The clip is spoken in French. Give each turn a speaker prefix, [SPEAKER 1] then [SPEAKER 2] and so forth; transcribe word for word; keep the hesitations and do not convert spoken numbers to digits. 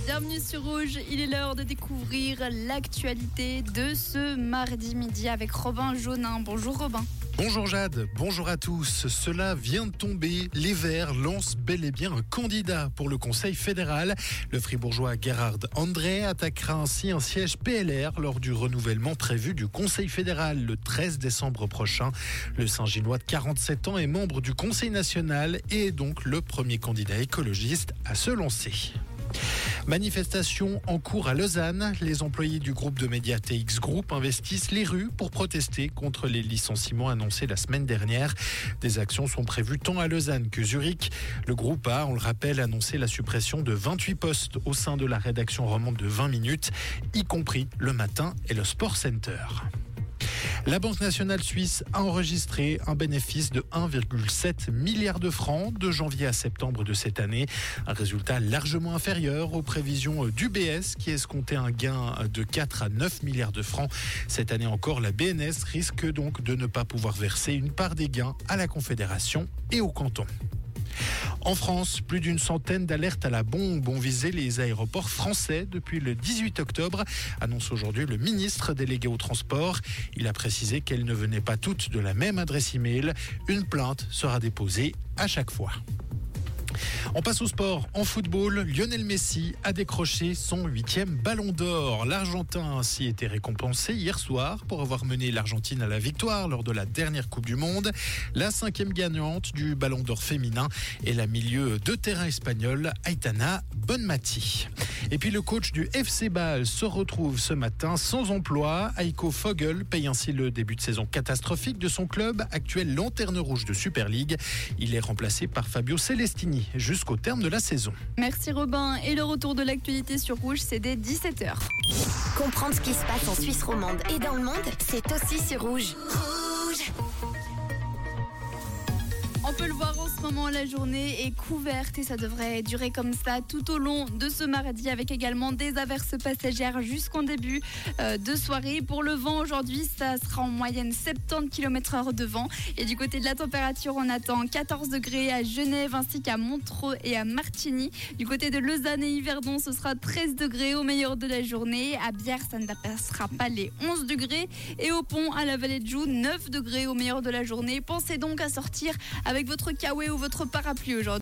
[SPEAKER 1] Bienvenue sur Rouge, il est l'heure de découvrir l'actualité de ce mardi midi avec Robin Jaunin. Bonjour Robin.
[SPEAKER 2] Bonjour Jade, bonjour à tous. Cela vient de tomber. Les Verts lancent bel et bien un candidat pour le Conseil fédéral. Le fribourgeois Gerhard André attaquera ainsi un siège P L R lors du renouvellement prévu du Conseil fédéral le treize décembre prochain. Le Saint-Gillois de quarante-sept ans est membre du Conseil national et est donc le premier candidat écologiste à se lancer. Manifestation en cours à Lausanne. Les employés du groupe de médias T X Group investissent les rues pour protester contre les licenciements annoncés la semaine dernière. Des actions sont prévues tant à Lausanne que Zurich. Le groupe a, on le rappelle, annoncé la suppression de vingt-huit postes au sein de la rédaction romande de vingt minutes, y compris le matin et le Sport Center. La Banque nationale suisse a enregistré un bénéfice de un virgule sept milliard de francs de janvier à septembre de cette année. Un résultat largement inférieur aux prévisions d'U B S qui escomptait un gain de quatre à neuf milliards de francs. Cette année encore, la B N S risque donc de ne pas pouvoir verser une part des gains à la Confédération et au canton. En France, plus d'une centaine d'alertes à la bombe ont visé les aéroports français depuis le dix-huit octobre, annonce aujourd'hui le ministre délégué au transport. Il a précisé qu'elles ne venaient pas toutes de la même adresse email. Une plainte sera déposée à chaque fois. On passe au sport. En football, Lionel Messi a décroché son huitième ballon d'or. L'Argentin a ainsi été récompensé hier soir pour avoir mené l'Argentine à la victoire lors de la dernière Coupe du Monde. La cinquième gagnante du ballon d'or féminin est la milieu de terrain espagnole Aitana Bonmati. Et puis le coach du F C Bâle se retrouve ce matin sans emploi. Heiko Vogel paye ainsi le début de saison catastrophique de son club, actuel lanterne rouge de Super League. Il est remplacé par Fabio Celestini jusqu'au terme de la saison.
[SPEAKER 1] Merci Robin. Et le retour de l'actualité sur Rouge, c'est dès dix-sept heures.
[SPEAKER 3] Comprendre ce qui se passe en Suisse romande et dans le monde, c'est aussi sur Rouge. Rouge.
[SPEAKER 1] On peut le voir en ce moment, la journée est couverte et ça devrait durer comme ça tout au long de ce mardi avec également des averses passagères jusqu'en début euh, de soirée. Pour le vent aujourd'hui, ça sera en moyenne soixante-dix kilomètres heure de vent. Et du côté de la température, on attend quatorze degrés à Genève ainsi qu'à Montreux et à Martigny. Du côté de Lausanne et Yverdon, ce sera treize degrés au meilleur de la journée. À Bière, ça ne dépassera pas les onze degrés. Et au Pont, à la Vallée de Joux, neuf degrés au meilleur de la journée. Pensez donc à sortir avec votre kawaii ou votre parapluie aujourd'hui.